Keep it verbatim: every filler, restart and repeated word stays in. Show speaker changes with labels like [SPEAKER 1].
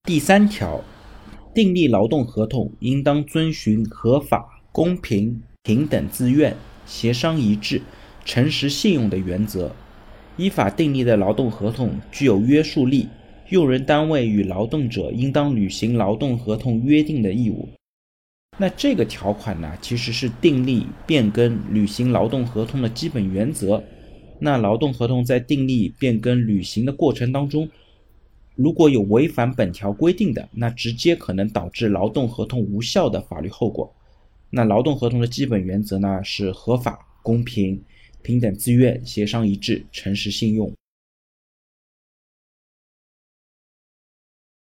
[SPEAKER 1] 第三条，订立劳动合同应当遵循合法、公平、平等自愿、协商一致、诚实信用的原则。依法订立的劳动合同具有约束力，用人单位与劳动者应当履行劳动合同约定的义务。那这个条款呢，其实是订立、变更、履行劳动合同的基本原则。那劳动合同在订立、变更、履行的过程当中，如果有违反本条规定的，那直接可能导致劳动合同无效的法律后果。那劳动合同的基本原则呢，是合法、公平、平等自愿、协商一致、诚实信用。